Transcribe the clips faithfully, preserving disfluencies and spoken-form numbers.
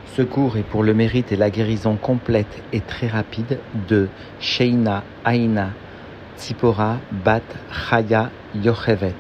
Ce cours est pour le mérite et la guérison complète et très rapide de Sheina Aina Tzipora Bat Chaya Yochevet.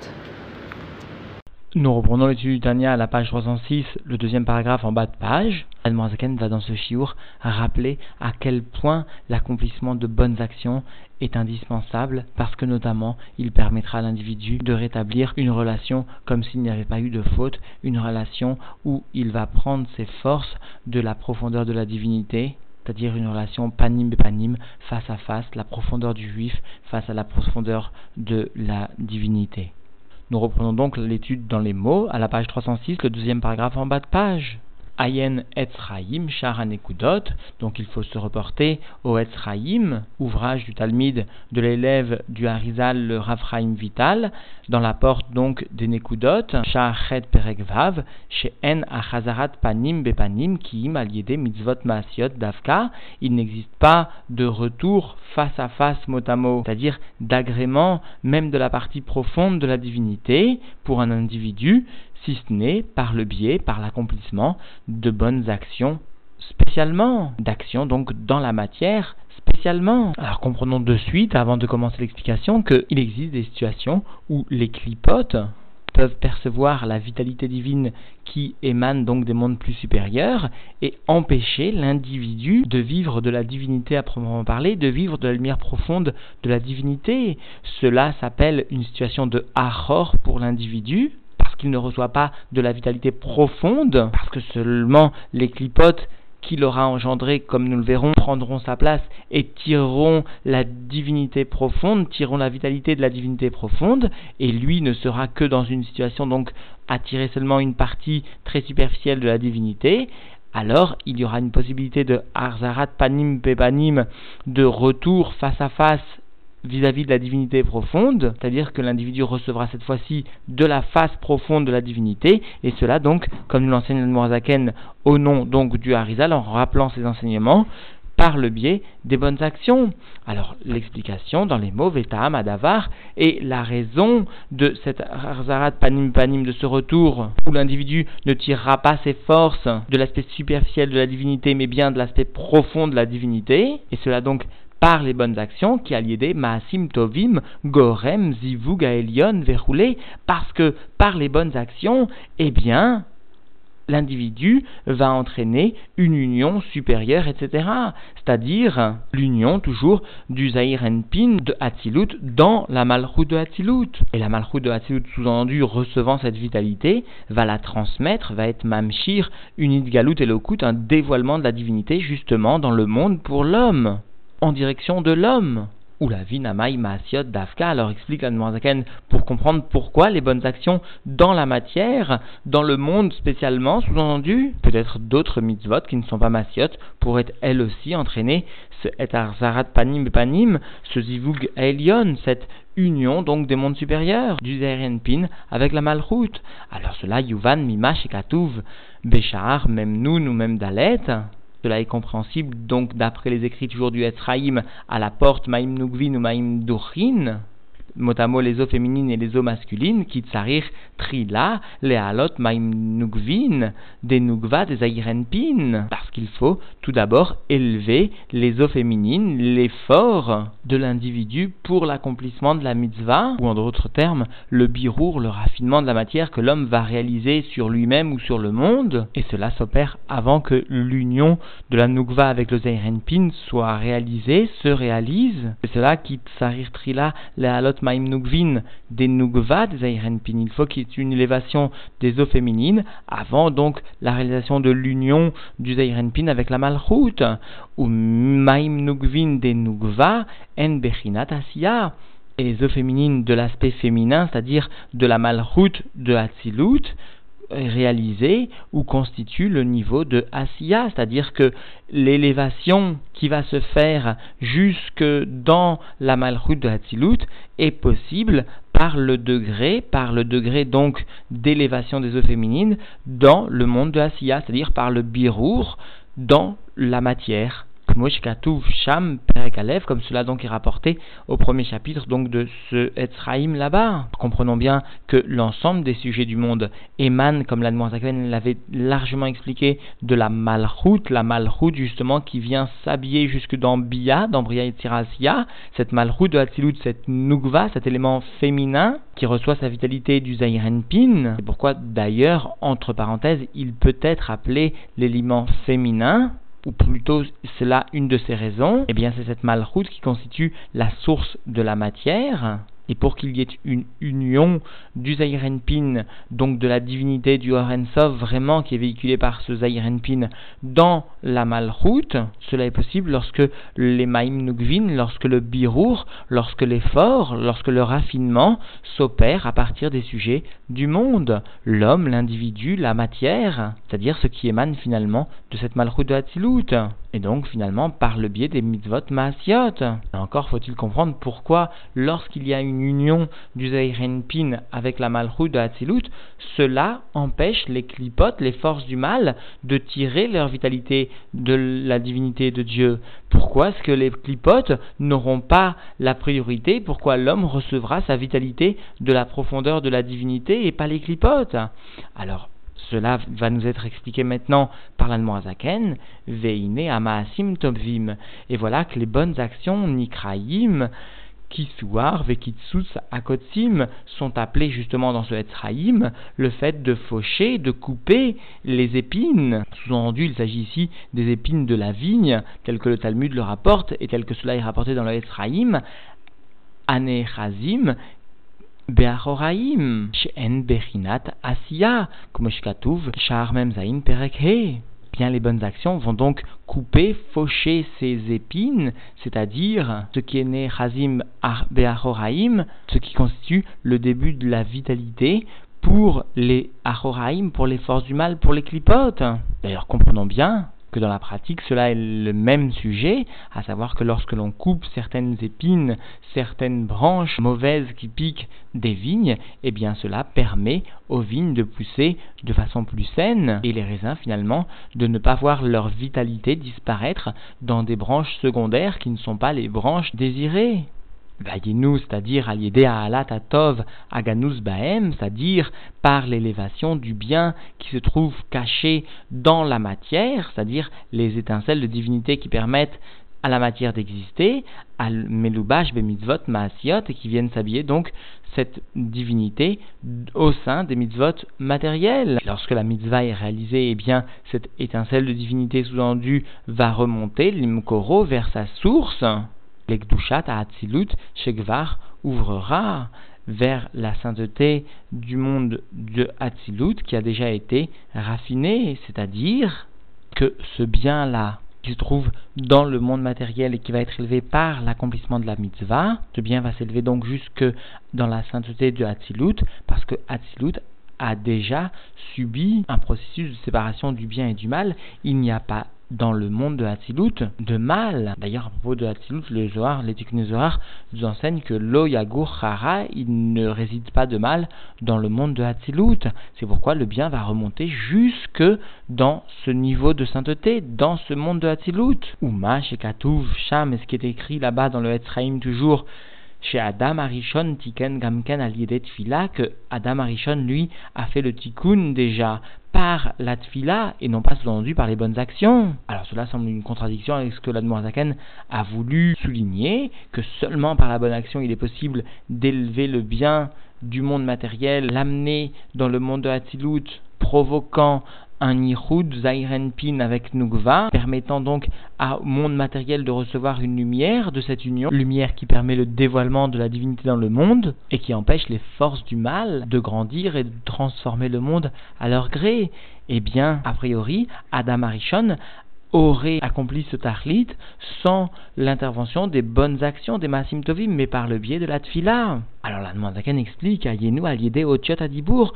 Nous reprenons l'étude du Tanya à la page trois cent six, le deuxième paragraphe en bas de page. Admor Zaken va dans ce shiur rappeler à quel point l'accomplissement de bonnes actions est indispensable, parce que notamment il permettra à l'individu de rétablir une relation comme s'il n'y avait pas eu de faute, une relation où il va prendre ses forces de la profondeur de la divinité, c'est-à-dire une relation panim panim, face à face, la profondeur du juif face à la profondeur de la divinité. Nous reprenons donc l'étude dans les mots à la page trois cent six, le deuxième paragraphe en bas de page. Ayen Etzraim Shar Anekudot, donc il faut se reporter au Etzraim, ouvrage du Talmid de l'élève du Harizal, le Rav Chaim Vital, dans la porte donc des Nekudot, Shar Chet Perek Vav, chez En Achazarat Panim Bepanim Kiim Aliede Mitzvot Maasiot Davka, il n'existe pas de retour face à face mot à mot, c'est-à-dire d'agrément même de la partie profonde de la divinité pour un individu, si ce n'est par le biais, par l'accomplissement de bonnes actions spécialement, d'actions donc dans la matière spécialement. Alors comprenons de suite, avant de commencer l'explication, qu'il existe des situations où les clipotes peuvent percevoir la vitalité divine qui émane donc des mondes plus supérieurs et empêcher l'individu de vivre de la divinité à proprement parler, de vivre de la lumière profonde de la divinité. Cela s'appelle une situation de Achor pour l'individu, parce qu'il ne reçoit pas de la vitalité profonde, parce que seulement les clipotes qu'il aura engendrés, comme nous le verrons, prendront sa place et tireront la divinité profonde, tireront la vitalité de la divinité profonde, et lui ne sera que dans une situation donc à tirer seulement une partie très superficielle de la divinité. Alors il y aura une possibilité de Arzarat Panim Pepanim, de retour face à face vis-à-vis de la divinité profonde, c'est-à-dire que l'individu recevra cette fois-ci de la face profonde de la divinité, et cela donc, comme nous l'enseigne l'Admor Zaken au nom donc du Harizal, en rappelant ses enseignements, par le biais des bonnes actions. Alors l'explication dans les mots Veta'am Adavar et la raison de cette Arzarat Panim Panim, de ce retour où l'individu ne tirera pas ses forces de l'aspect superficiel de la divinité, mais bien de l'aspect profond de la divinité, et cela donc par les bonnes actions, qui aliédé Maasim Tovim, Gorem, Zivug, Aelion, Verroulé, parce que par les bonnes actions, eh bien, l'individu va entraîner une union supérieure, et cetera. C'est-à-dire l'union toujours du Zahir Enpin de Hatzilut dans la Malchut de Hatzilut. Et la Malchut de Hatzilut, sous-entendu, recevant cette vitalité, va la transmettre, va être Mamshir, une Idgalut Elokut, un dévoilement de la divinité, justement dans le monde pour l'homme, en direction de l'homme. Ou la vie Namai Maasiot Davka, alors explique l'Admor Zaken pour comprendre pourquoi les bonnes actions dans la matière, dans le monde spécialement, sous-entendu, peut-être d'autres mitzvot qui ne sont pas Maasiot, pourraient elles aussi entraîner ce Et Arzarat Panim Panim, ce Zivug Elion, cette union donc des mondes supérieurs, du Zerenpin avec la Malchut. Alors cela, Yuvan Mima Shekatuv, Béchar, même nous, nous même Dalet. Cela est compréhensible donc d'après les écrits toujours du Etzraïm à la porte Maïm Nugvin ou Maïm Duchin, mot à mot les eaux féminines et les eaux masculines, qui tsarir trila, les halot Maïm Nugvin, des Nugva, des Aïrenpin, parce qu'il faut tout d'abord élever les eaux féminines, l'effort de l'individu pour l'accomplissement de la mitzvah, ou en d'autres termes, le birour, le raffinement de la matière que l'homme va réaliser sur lui-même ou sur le monde, et cela s'opère avant que l'union de la Nugva avec le Zairenpin soit réalisée, se réalise. C'est cela qui tsarir trila, les halot Maïm Nugvin, des Nugva, des Zairenpin. Il faut qu'il y ait une élévation des eaux féminines avant donc la réalisation de l'union du Zairenpin avec la Malchut, ou Maïm Nugvin des Nugva en Bechinat Asiya, et les eaux féminines de l'aspect féminin, c'est-à-dire de la Malchut de Hatzilut, réalisé ou constitue le niveau de Asiya, c'est-à-dire que l'élévation qui va se faire jusque dans la Malchut de Hatzilut est possible par le degré, par le degré donc d'élévation des eaux féminines dans le monde de Asiya, c'est-à-dire par le birour dans la matière, Sham Perek Aleph, comme cela donc est rapporté au premier chapitre donc de ce Etzraïm là-bas. Comprenons bien que l'ensemble des sujets du monde émanent, comme l'Admor Zaken l'avait largement expliqué, de la Malchut, la Malchut justement qui vient s'habiller jusque dans Bia, dans Bria Yetzira Asiya, cette Malchut de Hatzilut, cette Nugva, cet élément féminin qui reçoit sa vitalité du Zahir Enpin. C'est pourquoi d'ailleurs, entre parenthèses, il peut être appelé l'élément féminin, ou plutôt c'est là une de ses raisons. Eh bien c'est cette Malchut qui constitue la source de la matière. Et pour qu'il y ait une union du Zahir Enpin, donc de la divinité du Or Ein Sof, vraiment qui est véhiculée par ce Zahir Enpin dans la Malchut, cela est possible lorsque les Maïm Nugvin, lorsque le Birour, lorsque l'effort, lorsque le raffinement s'opère à partir des sujets du monde, l'homme, l'individu, la matière, c'est-à-dire ce qui émane finalement de cette Malchut de Hatzilut. Et donc finalement par le biais des mitzvot maasiot. Encore faut-il comprendre pourquoi lorsqu'il y a une union du Zahir Enpin avec la Malchut de Hatzilut, cela empêche les clipotes, les forces du mal, de tirer leur vitalité de la divinité de Dieu. Pourquoi est-ce que les clipotes n'auront pas la priorité? Pourquoi l'homme recevra sa vitalité de la profondeur de la divinité et pas les clipotes? Alors, cela va nous être expliqué maintenant par l'Admor Zaken, Veine Amaasim Tovim. Et voilà que les bonnes actions, Nikraïm, Kisuar, Vekitsus, Akotsim, sont appelées justement dans ce Etzraïm le fait de faucher, de couper les épines. Sous-entendu, il s'agit ici des épines de la vigne, tel que le Talmud le rapporte, et tel que cela est rapporté dans le Etzraïm, Anechazim, Be'achoraim, She'en Bechinat Asiya, comme Shkatuv, Sha'ar Mem Zayin Perek He. Bien, les bonnes actions vont donc couper, faucher ces épines, c'est-à-dire ce qui est né Chazim Be'achoraim, ce qui constitue le début de la vitalité pour les Achoraim, pour les forces du mal, pour les clipotes. D'ailleurs, comprenons bien que dans la pratique, cela est le même sujet, à savoir que lorsque l'on coupe certaines épines, certaines branches mauvaises qui piquent des vignes, eh bien cela permet aux vignes de pousser de façon plus saine, et les raisins finalement de ne pas voir leur vitalité disparaître dans des branches secondaires qui ne sont pas les branches désirées. Vayinu, c'est-à-dire Aliédé Ahalat Atov Aganus Bahem, c'est-à-dire par l'élévation du bien qui se trouve caché dans la matière, c'est-à-dire les étincelles de divinité qui permettent à la matière d'exister, al Melubash Bemitzvot Maasiot, et qui viennent s'habiller donc cette divinité au sein des mitzvot matériels. Et lorsque la mitzvah est réalisée, eh bien cette étincelle de divinité sous-tendue va remonter l'imkoro vers sa source. L'Ekdushat à Hatzilut, Shekvar ouvrera vers la sainteté du monde de Hatzilut qui a déjà été raffiné, c'est-à-dire que ce bien-là qui se trouve dans le monde matériel et qui va être élevé par l'accomplissement de la mitzvah, ce bien va s'élever donc jusque dans la sainteté de Hatzilut, parce que Hatzilut a déjà subi un processus de séparation du bien et du mal. Il n'y a pas dans le monde de Hatzilut de mal. D'ailleurs, à propos de Hatzilut, le Zohar, les Tikkun Zohar nous enseignent que Lo Yagur Chara, il ne réside pas de mal dans le monde de Hatzilut. C'est pourquoi le bien va remonter jusque dans ce niveau de sainteté, dans ce monde de Hatzilut. Uma Shekatuv Sham, est-ce qui est écrit là-bas dans le Etzraïm toujours, chez Adam Arishon Tiken Gamken Aliédet Tfila, que Adam Arishon lui a fait le tikkun déjà par la tfila et non pas sous-entendu par les bonnes actions. Alors cela semble une contradiction avec ce que l'Admor Zaken a voulu souligner, que seulement par la bonne action il est possible d'élever le bien du monde matériel, l'amener dans le monde de Hatzilut, provoquant un Yichud Zahir Enpin avec Nugva, permettant donc au monde matériel de recevoir une lumière de cette union, lumière qui permet le dévoilement de la divinité dans le monde et qui empêche les forces du mal de grandir et de transformer le monde à leur gré. Eh bien, a priori, Adam Arishon aurait accompli ce tahlit sans l'intervention des bonnes actions des Maasim Tovim, mais par le biais de la tfila. Alors la Admor Zaken explique à Yenu Aliédé Otiot Adibour,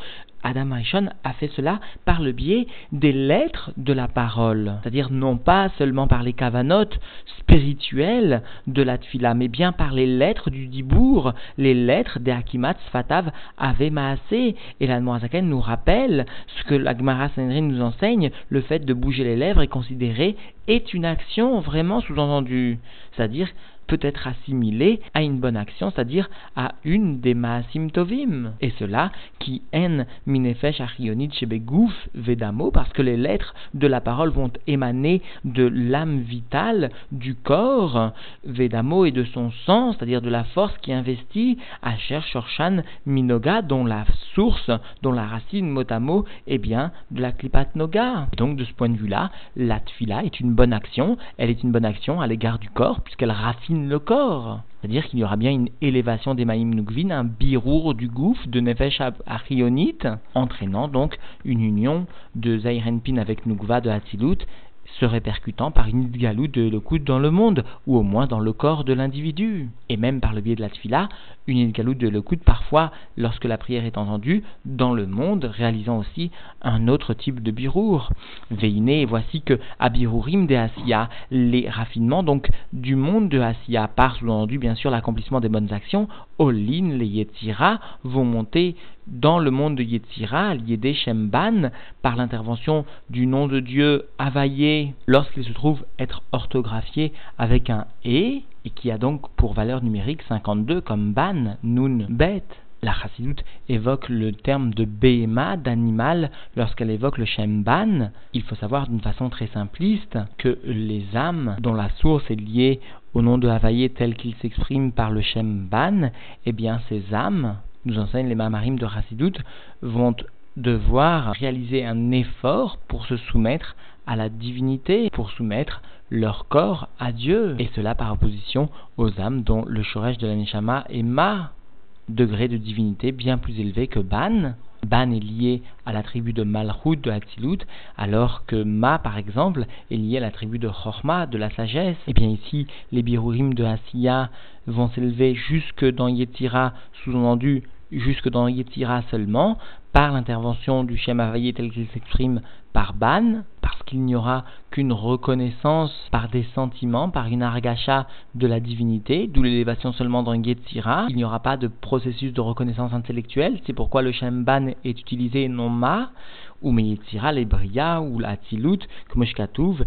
Adam Rishon a fait cela par le biais des lettres de la parole, c'est-à-dire non pas seulement par les kavanotes spirituelles de la tfila, mais bien par les lettres du dibour, les lettres des Hakimat Sfatav Ave Maaseh. Et l'Admor HaZaken nous rappelle ce que la Gemara Sanhedrin nous enseigne, le fait de bouger les lèvres est considéré est une action vraiment sous-entendue, c'est-à-dire peut être assimilé à une bonne action, c'est-à-dire à une des Maasim Tovim. Et cela qui en minefesh achionit shebegouf vedamo, parce que les lettres de la parole vont émaner de l'âme vitale du corps, vedamo, et de son sang, c'est-à-dire de la force qui investit Asher Shorshan Minoga, dont la source, dont la racine mot à mot est bien de la Klipat Noga. Et donc de ce point de vue-là, la tfila est une bonne action, elle est une bonne action à l'égard du corps, puisqu'elle raffine le corps. C'est-à-dire qu'il y aura bien une élévation des Maïm Nukvin, un birour du gouffre de Nefesh Achionit, entraînant donc une union de Zairenpin avec Nukva de Hatzilut, se répercutant par une idgalout de l'Okud dans le monde, ou au moins dans le corps de l'individu. Et même par le biais de la tfila, une idgalout de l'Okud parfois, lorsque la prière est entendue, dans le monde, réalisant aussi un autre type de birour. Veine, et voici que à birourim de Asiya, les raffinements donc du monde de Asiya, par sous-entendu bien sûr l'accomplissement des bonnes actions, Olin, les Yetzira, vont monter dans le monde de Yetzira, Yedé Shemban, par l'intervention du nom de Dieu Havayé, lorsqu'il se trouve être orthographié avec un E, et qui a donc pour valeur numérique cinquante-deux comme Ban, Nun, Bet. La Chassidut évoque le terme de Behema, d'animal, lorsqu'elle évoque le Shemban. Il faut savoir d'une façon très simpliste que les âmes dont la source est liée au nom de Havayé tel qu'il s'exprime par le Shemban, eh bien ces âmes, nous enseignent les Mamarim de Chassidut, vont devoir réaliser un effort pour se soumettre à la divinité, pour soumettre leur corps à Dieu. Et cela par opposition aux âmes dont le shoresh de la Neshama est Ma, degré de divinité bien plus élevé que Ban. Ban est lié à la tribu de Malchut de Hatzilut, alors que Ma, par exemple, est lié à la tribu de Chorma, de la sagesse. Et bien ici, les birourim de Asiya vont s'élever jusque dans Yetzira, sous-entendu jusque dans Yetzira seulement, par l'intervention du Shem Havayé tel qu'il s'exprime par Ban, parce qu'il n'y aura qu'une reconnaissance par des sentiments, par une argacha de la divinité, d'où l'élévation seulement dans Yetzira. Il n'y aura pas de processus de reconnaissance intellectuelle, c'est pourquoi le Shem Ban est utilisé non Ma, ou me Yetzira, les Bria, ou la Tzilut, comme Shkatouv,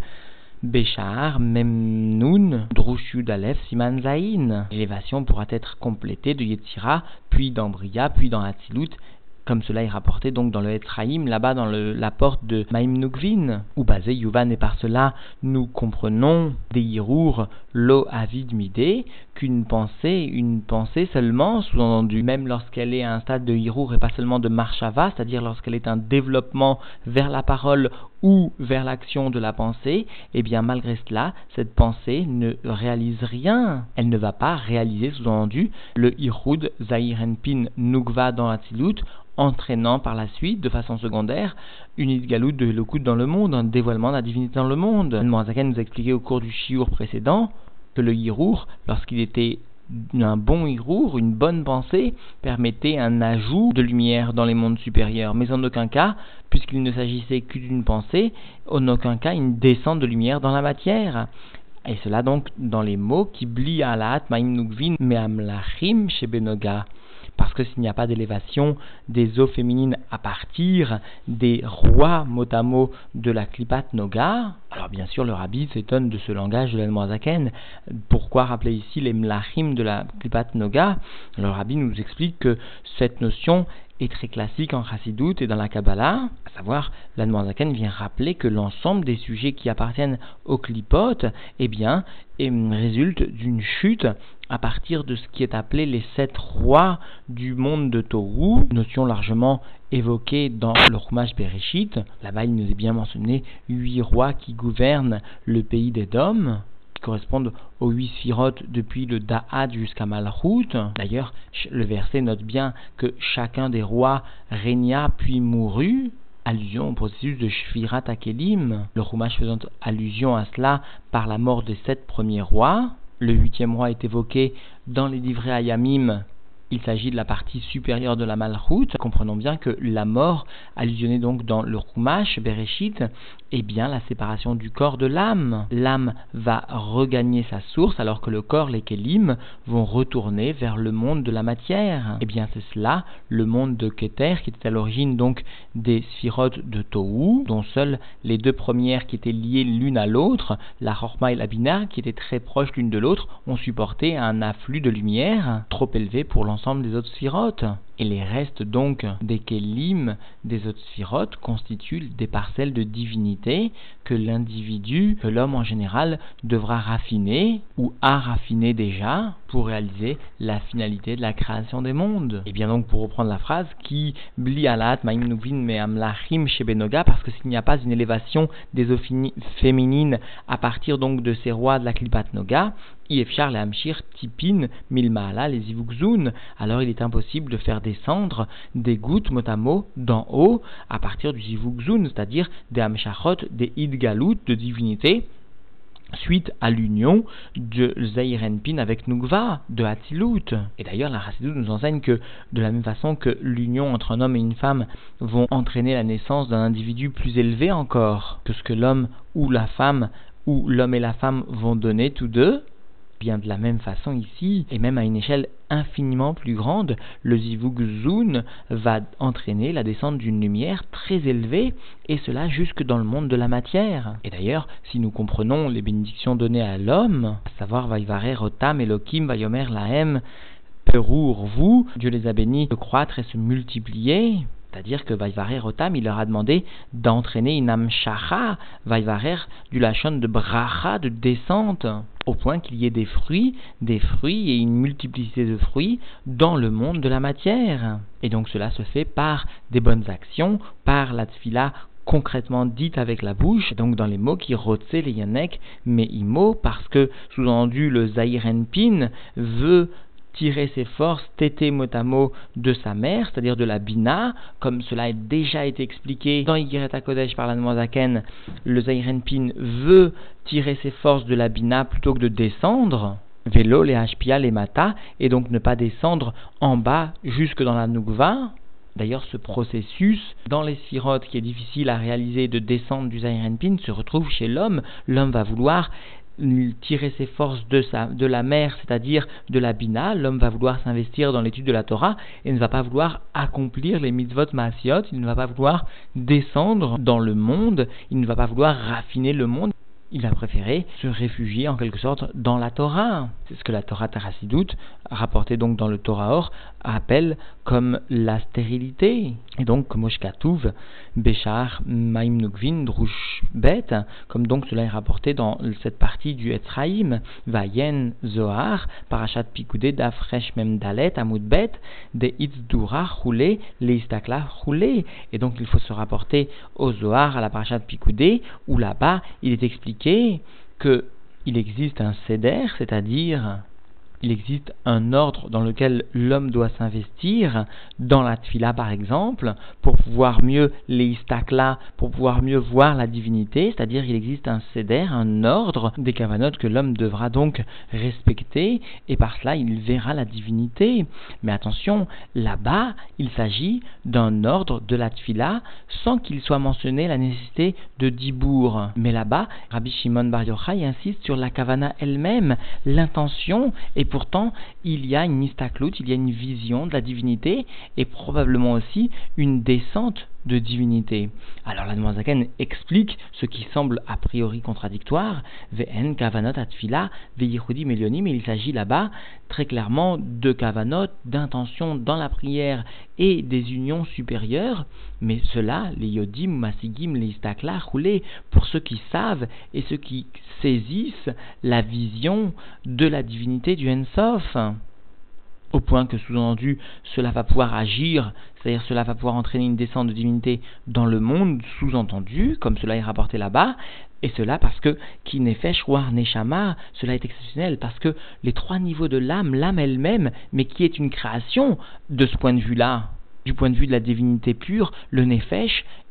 Béchar, Memnoun, Drush Yud Aleph, Siman Zayin. L'élévation pourra être complétée de Yetzira, puis dans Bria, puis dans Hatzilut, comme cela est rapporté donc dans le Etzraïm, là-bas dans le, la porte de Maïm Nukvin, ou basé Yuvan, et par cela nous comprenons des Hirour, lo avid midé, qu'une pensée, une pensée seulement, sous-entendu, même lorsqu'elle est à un stade de Hirour et pas seulement de Marshava, c'est-à-dire lorsqu'elle est un développement vers la parole ou vers l'action de la pensée, et bien malgré cela, cette pensée ne réalise rien. Elle ne va pas réaliser, sous-entendu, le Hirud Zairenpin Nukva dans Hatzilut, entraînant par la suite, de façon secondaire, une idgalout de l'Okud dans le monde, un dévoilement de la divinité dans le monde. L'Admor HaZaken nous a expliqué au cours du shiur précédent que le hirour, lorsqu'il était un bon hirour, une bonne pensée, permettait un ajout de lumière dans les mondes supérieurs, mais en aucun cas, puisqu'il ne s'agissait que d'une pensée, en aucun cas une descente de lumière dans la matière. Et cela donc dans les mots qui bli alaat ma'im nukvin me'amlachim shebenoga. Parce que s'il n'y a pas d'élévation des eaux féminines à partir des rois mot à mot de la Klipat Noga, alors bien sûr le rabbi s'étonne de ce langage de l'Admor HaZaken. Pourquoi rappeler ici les mlachim de la Klipat Noga? Le rabbi nous explique que cette notion est très classique en Chassidut et dans la Kabbalah, à savoir l'Admor HaZaken vient rappeler que l'ensemble des sujets qui appartiennent aux Klipot, eh bien, et résulte d'une chute à partir de ce qui est appelé les sept rois du monde de Toru, notion largement évoquée dans le Chumash Bereshit. Là-bas, il nous est bien mentionné huit rois qui gouvernent le pays d'Édom, qui correspondent aux huit sphirotes depuis le Da'ad jusqu'à Malchut. D'ailleurs, le verset note bien que chacun des rois régna puis mourut, allusion au processus de Shvirat Akelim, le Chumash faisant allusion à cela par la mort des sept premiers rois. Le huitième roi est évoqué dans les livrets Hayamim il s'agit de la partie supérieure de la Malchut. Comprenons bien que la mort, allusionnée donc dans le Chumash, Bereshit, est bien la séparation du corps de l'âme. L'âme va regagner sa source alors que le corps, les Kélim, vont retourner vers le monde de la matière. Et bien c'est cela, le monde de Keter, qui était à l'origine donc des sphirotes de Tohu, dont seules les deux premières qui étaient liées l'une à l'autre, la Chorma et la Bina, qui étaient très proches l'une de l'autre, ont supporté un afflux de lumière trop élevé pour l'ensemble des autres sphirotes. Et les restes donc des Kélim, des autres sphirotes, constituent des parcelles de divinité que l'individu, que l'homme en général, devra raffiner, ou a raffiné déjà, pour réaliser la finalité de la création des mondes. Et bien donc, pour reprendre la phrase, qui bli alat maim nuvin me amlachim shebenoga, parce que s'il n'y a pas une élévation des eaux féminines à partir donc de ces rois de la Klipat Noga, Yefchar le Hamshir Tipin Milmaala les Ivukzun, alors il est impossible de faire descendre des gouttes mot à mot d'en haut à partir du Ivukzun, c'est-à-dire des Hamshachot, des Idgalut de divinité, suite à l'union de Zeirenpin avec Nukva, de Hatzilut. Et d'ailleurs, la Chassidut nous enseigne que, de la même façon que l'union entre un homme et une femme vont entraîner la naissance d'un individu plus élevé encore que ce que l'homme ou la femme, ou l'homme et la femme vont donner tous deux, bien de la même façon ici, et même à une échelle infiniment plus grande, le Zivug Zun va entraîner la descente d'une lumière très élevée, et cela jusque dans le monde de la matière. Et d'ailleurs, si nous comprenons les bénédictions données à l'homme, à savoir Vaivarer Otam Elohim Vayomer Lahem Perur vous, Dieu les a bénis de croître et se multiplier. C'est-à-dire que Vaivarer Otam, il leur a demandé d'entraîner une amshacha, Vaivarer, du lachon de bracha, de descente, au point qu'il y ait des fruits, des fruits et une multiplicité de fruits dans le monde de la matière. Et donc cela se fait par des bonnes actions, par la tfila concrètement dite avec la bouche, donc dans les mots qui rotse les yanek, mais imo, parce que, sous-entendu, le Zairenpin veut tirer ses forces tété mot à mot de sa mère, c'est-à-dire de la Bina, comme cela a déjà été expliqué dans Yigeret HaKodesh par la Noazaken, le Zairenpin veut tirer ses forces de la Bina plutôt que de descendre, vélo, les Hashpia, les Mata, et donc ne pas descendre en bas jusque dans la Nukva. D'ailleurs, ce processus, dans les sphirotes, qui est difficile à réaliser de descendre du Zairenpin, se retrouve chez l'homme. L'homme va vouloir tirer ses forces de, sa, de la mer, c'est-à-dire de la Bina. L'homme va vouloir s'investir dans l'étude de la Torah et ne va pas vouloir accomplir les mitzvot maasiot, il ne va pas vouloir descendre dans le monde, il ne va pas vouloir raffiner le monde. Il a préféré se réfugier en quelque sorte dans la Torah. C'est ce que la Torah Tarasidut, rapportée donc dans le Torah Or, appelle comme la stérilité. Et donc, Moshkatouv, Béchar, Maim Nukvin, Drush Bet, comme donc cela est rapporté dans cette partie du Etzraïm, Vayen Zohar, Parashat Pikoudé, Dafresh Mem Dalet, Amud Bet, De Itzdura, Roulé, Leistakla, Roulé. Et donc, il faut se rapporter au Zohar, à la Parashat Pikoudé, où là-bas, il est expliqué que il existe un seder, c'est-à-dire il existe un ordre dans lequel l'homme doit s'investir, dans la tfila par exemple, pour pouvoir mieux les istakla, pour pouvoir mieux voir la divinité, c'est-à-dire il existe un seder, un ordre des kavanot que l'homme devra donc respecter, et par cela il verra la divinité. Mais attention, là-bas, il s'agit d'un ordre de la tfila sans qu'il soit mentionné la nécessité de dibour. Mais là-bas, Rabbi Shimon Bar Yochai insiste sur la kavana elle-même, l'intention, et pourtant, il y a une istaklut, il y a une vision de la divinité et probablement aussi une descente de divinité. Alors la Noazaken explique ce qui semble a priori contradictoire, Ve'en kavanot atfila ve'yichudi melionim, mais il s'agit là-bas très clairement de kavanot, d'intention dans la prière et des unions supérieures, mais cela, les yodim, masigim, les istakla, roulés, pour ceux qui savent et ceux qui saisissent la vision de la divinité du Ensof. Au point que, sous-entendu, cela va pouvoir agir, c'est-à-dire cela va pouvoir entraîner une descente de divinité dans le monde, sous-entendu, comme cela est rapporté là-bas, et cela parce que, ki nefesh war neshama, cela est exceptionnel, parce que les trois niveaux de l'âme, l'âme elle-même, mais qui est une création de ce point de vue-là, du point de vue de la divinité pure, le nefesh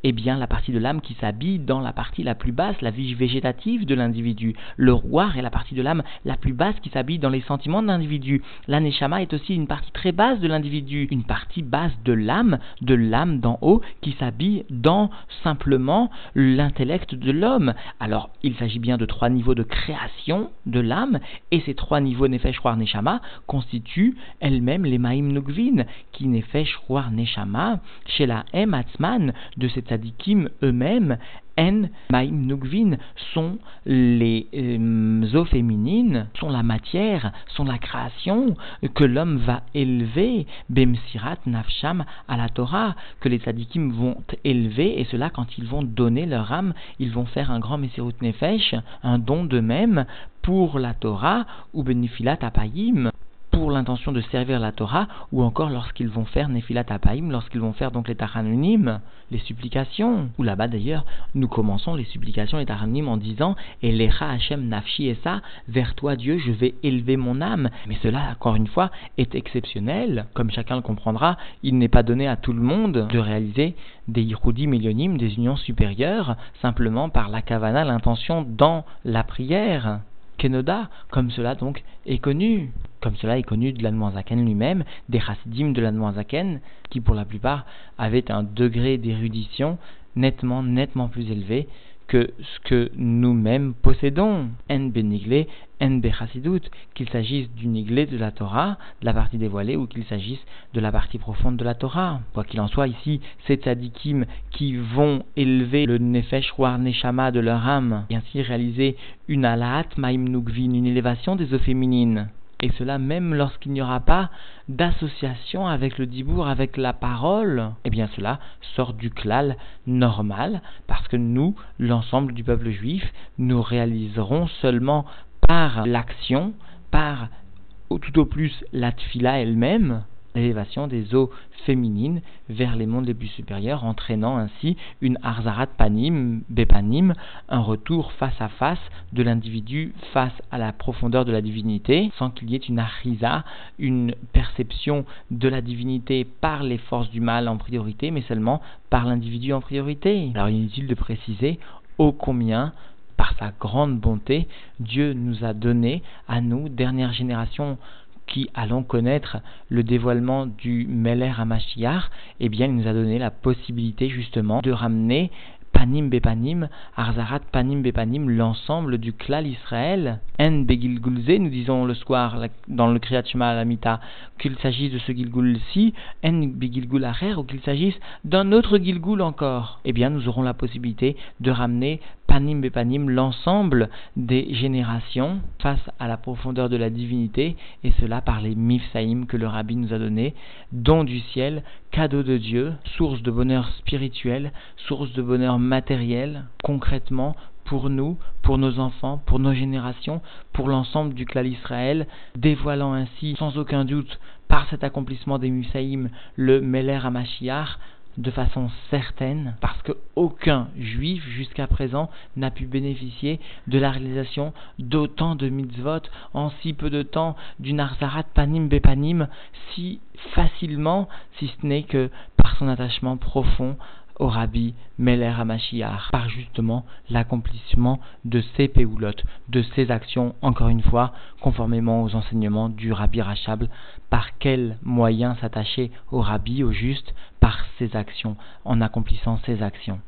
eh bien la partie de l'âme qui s'habille dans la partie la plus basse, la vie végétative de l'individu. Le ruach est la partie de l'âme la plus basse qui s'habille dans les sentiments de l'individu. La neshama est aussi une partie très basse de l'individu, une partie basse de l'âme, de l'âme d'en haut, qui s'habille dans simplement l'intellect de l'homme. Alors, il s'agit bien de trois niveaux de création de l'âme, et ces trois niveaux nefesh, ruach, neshama constituent elles-mêmes les maïm nugvin, qui nefesh, ruach, neshama, chez la em atzman de ces tzadikim eux-mêmes, en maïm nugvin sont les euh, eaux féminines, sont la matière, sont la création que l'homme va élever, bemsirat nafsham à la Torah, que les tzadikim vont élever, et cela quand ils vont donner leur âme, ils vont faire un grand mesirut nefesh, un don d'eux-mêmes pour la Torah, ou benifilat apayim, pour l'intention de servir la Torah, ou encore lorsqu'ils vont faire Nefilat Apaim, lorsqu'ils vont faire donc les Taranunim, les supplications. Ou là-bas d'ailleurs, nous commençons les supplications, les Taranunim en disant Elecha Hashem Nafshi Esa, vers toi Dieu, je vais élever mon âme. Mais cela, encore une fois, est exceptionnel. Comme chacun le comprendra, il n'est pas donné à tout le monde de réaliser des Yichudi Millionim, des unions supérieures, simplement par la Kavana, l'intention dans la prière. Kenoda, comme cela donc est connu. Comme cela est connu de l'Admorazaken lui-même, des chassidim de l'Admorazaken, qui pour la plupart avaient un degré d'érudition nettement, nettement plus élevé que ce que nous-mêmes possédons. En beniglé, en bechassidut, qu'il s'agisse du niglé de la Torah, de la partie dévoilée, ou qu'il s'agisse de la partie profonde de la Torah. Quoi qu'il en soit, ici, ces tzadikim qui vont élever le nefesh ruach neshama de leur âme, et ainsi réaliser une alaat maim nugvin, une élévation des eaux féminines. Et cela même lorsqu'il n'y aura pas d'association avec le dibour, avec la parole, eh bien cela sort du klal normal, parce que nous, l'ensemble du peuple juif, nous réaliserons seulement par l'action, par tout au plus la tfila elle-même, l'élévation des eaux féminines vers les mondes les plus supérieurs, entraînant ainsi une arzarat panim, bepanim, un retour face à face de l'individu face à la profondeur de la divinité, sans qu'il y ait une achisa, une perception de la divinité par les forces du mal en priorité, mais seulement par l'individu en priorité. Alors inutile de préciser ô combien, par sa grande bonté, Dieu nous a donné, à nous, dernière génération, qui allons connaître le dévoilement du Meler HaMashiach, eh bien il nous a donné la possibilité justement de ramener Panim Bepanim, Arzarat Panim Bepanim, l'ensemble du Klal Israël. En Begilgulze, nous disons le soir dans le Kriyat Shema Alamita, qu'il s'agisse de ce Gilgul-ci, En Begilgul Acher, ou qu'il s'agisse d'un autre Gilgul encore. Eh bien nous aurons la possibilité de ramener Panim Bepanim, l'ensemble des générations, face à la profondeur de la divinité, et cela par les Mifsaïm que le Rabbi nous a donnés, don du ciel, cadeau de Dieu, source de bonheur spirituel, source de bonheur matériel, concrètement, pour nous, pour nos enfants, pour nos générations, pour l'ensemble du Klal Israël, dévoilant ainsi, sans aucun doute, par cet accomplissement des Mifsaïm, le Meler HaMashiach, de façon certaine, parce qu'aucun juif jusqu'à présent n'a pu bénéficier de la réalisation d'autant de mitzvot en si peu de temps, d'une arzarat panim bepanim, si facilement, si ce n'est que par son attachement profond au Rabbi Meler HaMashiach, par justement l'accomplissement de ces péoulotes, de ces actions, encore une fois, conformément aux enseignements du Rabbi Rachab. Par quel moyen s'attacher au Rabbi, au juste, par ses actions, en accomplissant ses actions.